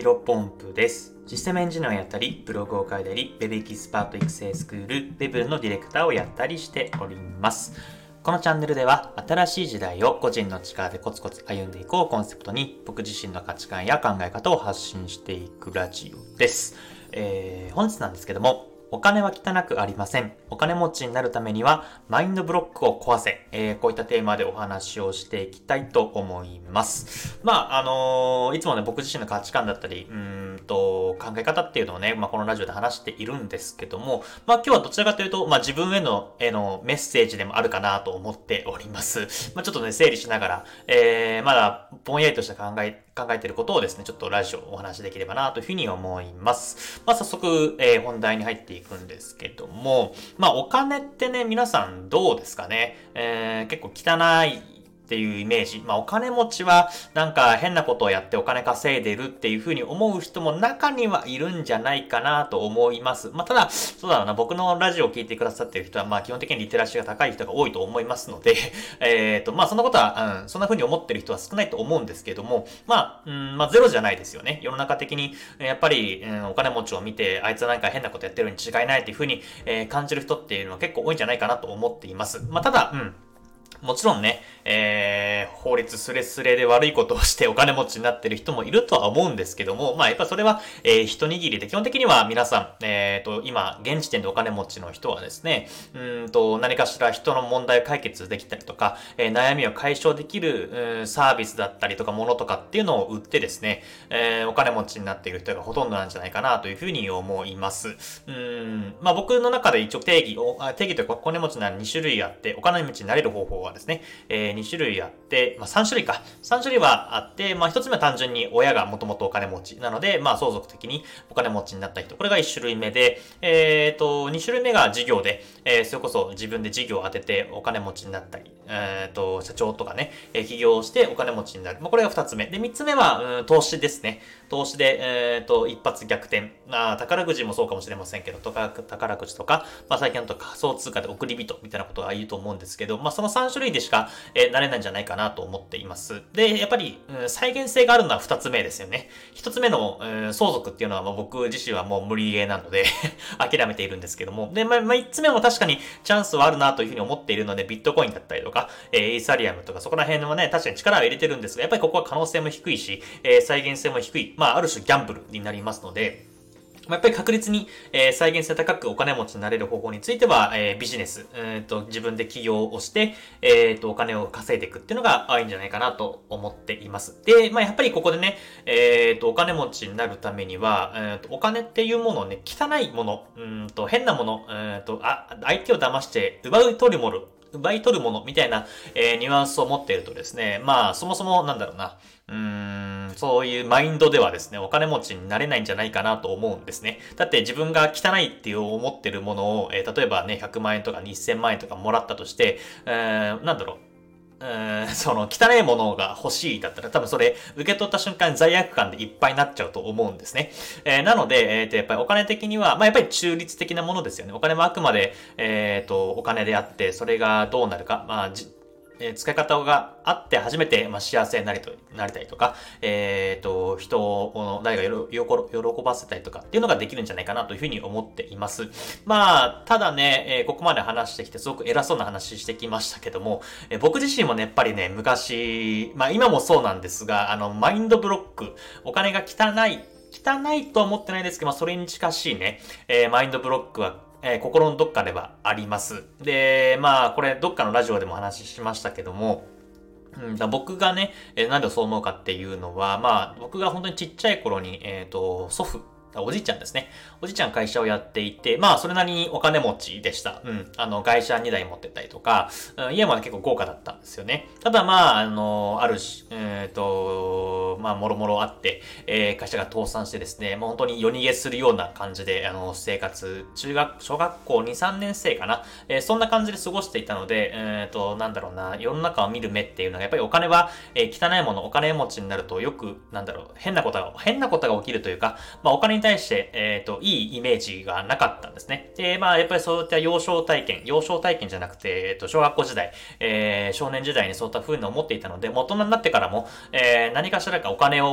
ロポンプです。システムエンジニアをやったり、ブログを書いたり、Web エキスパート育成スクール、Web のディレクターをやったりしております。このチャンネルでは、新しい時代を個人の力でコツコツ歩んでいこうコンセプトに、僕自身の価値観や考え方を発信していくラジオです。本日なんですけども、お金は汚くありません。お金持ちになるためにはマインドブロックを壊せ。こういったテーマでお話をしていきたいと思います。いつもね、僕自身の価値観だったり、考え方っていうのをね、このラジオで話しているんですけども、今日はどちらかというと、自分へのメッセージでもあるかなと思っております。ちょっとね、整理しながら、まだぼんやりとした考えていることをですね、ちょっとラジオお話しできればなというふうに思います。早速、本題に入っていくんですけども、お金ってね、皆さんどうですかね。結構汚いっていうイメージ。お金持ちはなんか変なことをやってお金稼いでるっていう風に思う人も中にはいるんじゃないかなと思います。ただ、そうだろうな、僕のラジオを聞いてくださっている人は、基本的にリテラシーが高い人が多いと思いますので、そんなことは、そんな風に思ってる人は少ないと思うんですけども、ゼロじゃないですよね。世の中的に、やっぱり、お金持ちを見て、あいつはなんか変なことやってるに違いないっていう風に、感じる人っていうのは結構多いんじゃないかなと思っています。ただ、もちろんね、法律スレスレで悪いことをしてお金持ちになってる人もいるとは思うんですけども、やっぱそれは、一握りで、基本的には皆さん、今、現時点でお金持ちの人はですね、何かしら人の問題を解決できたりとか、悩みを解消できる、サービスだったりとか、ものとかっていうのを売ってですね、お金持ちになっている人がほとんどなんじゃないかなというふうに思います。僕の中で一応定義というか、お金持ちなら2種類あって、お金持ちになれる方法はですね、2種類あって、3種類か。3種類はあって、1つ目は単純に親がもともとお金持ちなので、相続的にお金持ちになった人。これが1種類目で、2種類目が事業で、それこそ自分で事業を当ててお金持ちになったり、社長とかね、起業してお金持ちになる。これが2つ目。で、3つ目は、投資ですね。投資で、一発逆転。宝くじもそうかもしれませんけど、宝くじとか、最近だと仮想通貨で送り人みたいなことが言うと思うんですけど、その3種類でしか、なれないんじゃないかなと思っています。で、やっぱり、再現性があるのは2つ目ですよね。1つ目の、相続っていうのは僕自身はもう無理ゲーなので諦めているんですけども。で、3つ目も確かにチャンスはあるなというふうに思っているので、ビットコインだったりとか、イーサリアムとかそこら辺はね、確かに力を入れてるんですが、やっぱりここは可能性も低いし、再現性も低い。ある種ギャンブルになりますので、やっぱり確実に、再現性高くお金持ちになれる方法については、ビジネス、自分で起業をして、お金を稼いでいくっていうのがいいんじゃないかなと思っています。で、やっぱりここでね、お金持ちになるためには、お金っていうものをね、汚いもの、変なもの、相手を騙して奪い取るものみたいな、ニュアンスを持っているとですね、そもそもなんだろうな、そういうマインドではですね、お金持ちになれないんじゃないかなと思うんですね。だって自分が汚いっていう思ってるものを、例えばね、100万円とか1000万円とかもらったとして、その汚いものが欲しいだったら多分それ受け取った瞬間罪悪感でいっぱいになっちゃうと思うんですね。なので、やっぱりお金的には、やっぱり中立的なものですよね。お金はあくまで、お金であって、それがどうなるか、使い方があって初めて、幸せになりたりとか、人を、誰が喜ばせたりとかっていうのができるんじゃないかなというふうに思っています。ただね、ここまで話してきてすごく偉そうな話してきましたけども、僕自身もね、やっぱりね、昔、今もそうなんですが、マインドブロック、お金が汚いとは思ってないですけど、それに近しいね、マインドブロックは心のどっかではあります。で、これどっかのラジオでも話しましたけども、僕がね、なんでそう思うかっていうのは、僕が本当にちっちゃい頃に、祖父、おじいちゃんですね。おじいちゃん会社をやっていて、それなりにお金持ちでした。外車2台持ってたりとか、家も結構豪華だったんですよね。ただあるし、もろもろあって、会社が倒産してですね、もう本当に夜逃げするような感じで、生活、小学校2、3年生かな。そんな感じで過ごしていたので、世の中を見る目っていうのが、やっぱりお金は、汚いもの、お金持ちになるとよく、変なことが起きるというか、お金に対して、いいイメージがなかったんですね。で、やっぱりそういった幼少体験じゃなくて、小学校時代、少年時代にそういった風に思っていたので、大人になってからも、何かしらかお金を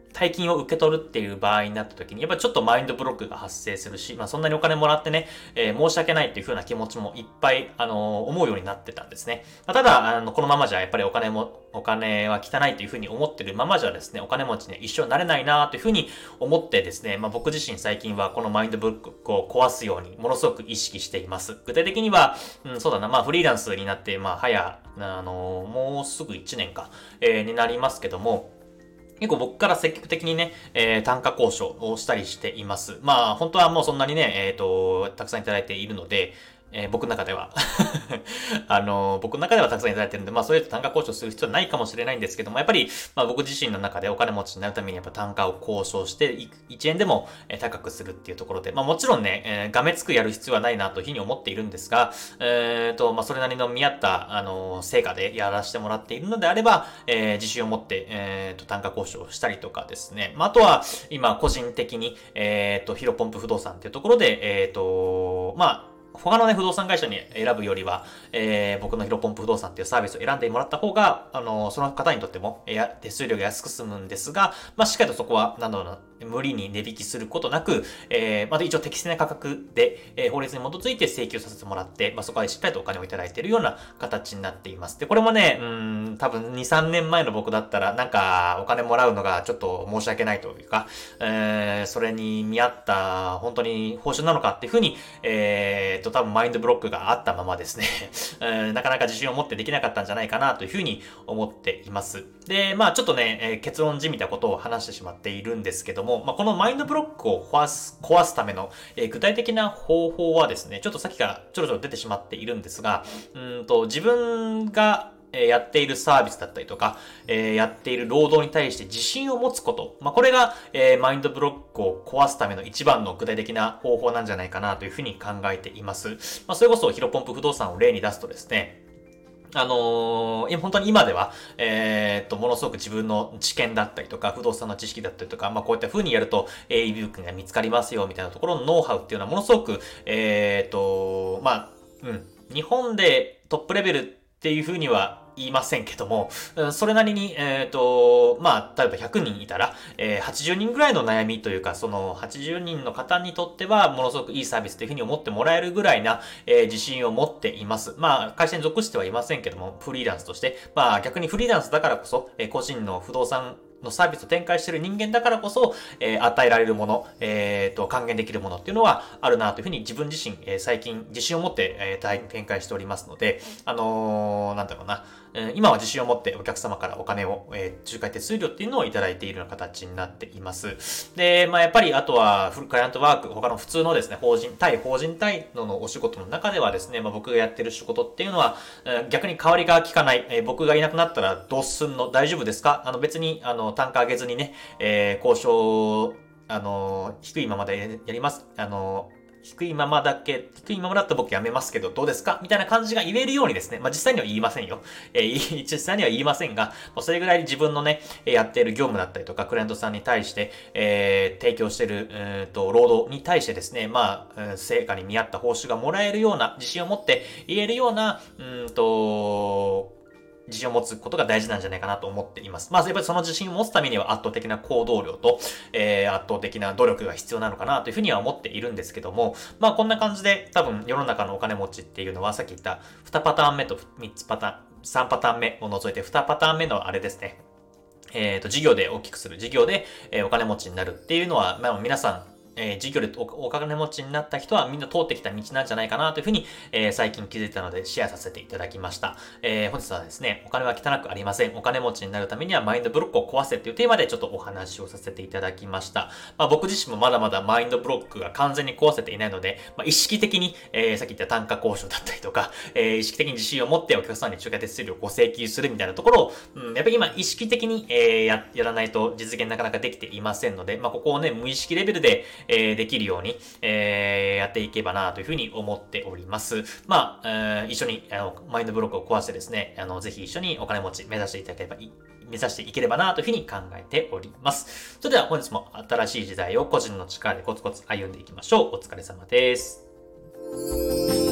大金を受け取るっていう場合になった時に、やっぱりちょっとマインドブロックが発生するし、そんなにお金もらってね、申し訳ないっていう風な気持ちもいっぱい、思うようになってたんですね。ただ、このままじゃやっぱりお金は汚いという風に思ってるままじゃですね、お金持ちには一生なれないなという風に思ってですね、僕自身最近はこのマインドブロックを壊すようにものすごく意識しています。具体的には、そうだな、フリーランスになって、もうすぐ1年か、になりますけども、結構僕から積極的にね、単価交渉をしたりしています。本当はもうそんなにね、たくさんいただいているので、僕の中では僕の中ではたくさんいただいてるんで、そういう単価交渉する必要はないかもしれないんですけども、やっぱり、僕自身の中でお金持ちになるためにやっぱ単価を交渉して、1円でも高くするっていうところで、もちろんね、がめつくやる必要はないなというふうに思っているんですが、それなりの見合った、成果でやらせてもらっているのであれば、自信を持って、単価交渉をしたりとかですね。あとは、今、個人的に、ヒロポンプ不動産っていうところで、他のね、不動産会社に選ぶよりは、僕のヒロポンプ不動産っていうサービスを選んでもらった方が、その方にとっても、手数料が安く済むんですが、しっかりとそこは、無理に値引きすることなく、一応適正な価格で、法律に基づいて請求させてもらって、そこはしっかりとお金をいただいているような形になっています。で、これもね、多分2、3年前の僕だったら、お金もらうのがちょっと申し訳ないというか、それに見合った本当に報酬なのかっていうふうに、多分マインドブロックがあったままですねなかなか自信を持ってできなかったんじゃないかなというふうに思っています。で、ちょっとね、結論じみたことを話してしまっているんですけども、このマインドブロックを壊すための、具体的な方法はですね、ちょっとさっきからちょろちょろ出てしまっているんですが、自分がやっているサービスだったりとか、やっている労働に対して自信を持つこと。これが、マインドブロックを壊すための一番の具体的な方法なんじゃないかなというふうに考えています。それこそヒロポンプ不動産を例に出すとですね、本当に今では、ものすごく自分の知見だったりとか、不動産の知識だったりとか、こういった風にやると、いい物件が見つかりますよ、みたいなところのノウハウっていうのはものすごく、日本でトップレベルっていう風には言いませんけども、それなりに、例えば100人いたら、80人ぐらいの悩みというか、その80人の方にとっては、ものすごくいいサービスというふうに思ってもらえるぐらいな、自信を持っています。会社に属してはいませんけども、フリーランスとして、逆にフリーランスだからこそ、個人の不動産のサービスを展開している人間だからこそ、与えられるもの、還元できるものっていうのはあるなというふうに自分自身、最近自信を持って、展開しておりますので、今は自信を持ってお客様からお金を、仲介手数料っていうのをいただいているような形になっています。で、やっぱりあとはフルクライアントワーク、他の普通のですね、法人対のお仕事の中ではですね、僕がやってる仕事っていうのは、逆に代わりが効かない、僕がいなくなったらどうすんの大丈夫ですか別に、単価上げずにね、交渉、低いままでやります。低いままだったら僕やめますけどどうですかみたいな感じが言えるようにですね。実際には言いませんよ。実際には言いませんが、それぐらい自分のね、やっている業務だったりとか、クライアントさんに対して、提供している、労働に対してですね、成果に見合った報酬がもらえるような、自信を持って言えるような、自信を持つことが大事なんじゃないかなと思っています。やっぱりその自信を持つためには圧倒的な行動量と、圧倒的な努力が必要なのかなというふうには思っているんですけども、こんな感じで多分世の中のお金持ちっていうのはさっき言った2パターン目と3パターン、3パターン目を除いて2パターン目のあれですね。事業で大きくする。事業で、お金持ちになるっていうのは、皆さん、事業でお金持ちになった人はみんな通ってきた道なんじゃないかなというふうに、最近気づいたのでシェアさせていただきました。本日はですね、お金は汚くありません。お金持ちになるためにはマインドブロックを壊せっていうテーマでちょっとお話をさせていただきました。僕自身もまだまだマインドブロックが完全に壊せていないので、意識的に、さっき言った単価交渉だったりとか、意識的に自信を持ってお客さんに仲介手数料を請求するみたいなところを、やっぱり今意識的に、やらないと実現なかなかできていませんので、ここをね、無意識レベルで、できるように、やっていけばなというふうに思っております。一緒にマインドブロックを壊してですね、ぜひ一緒にお金持ち目指していければなというふうに考えております。それでは本日も新しい時代を個人の力でコツコツ歩んでいきましょう。お疲れ様です。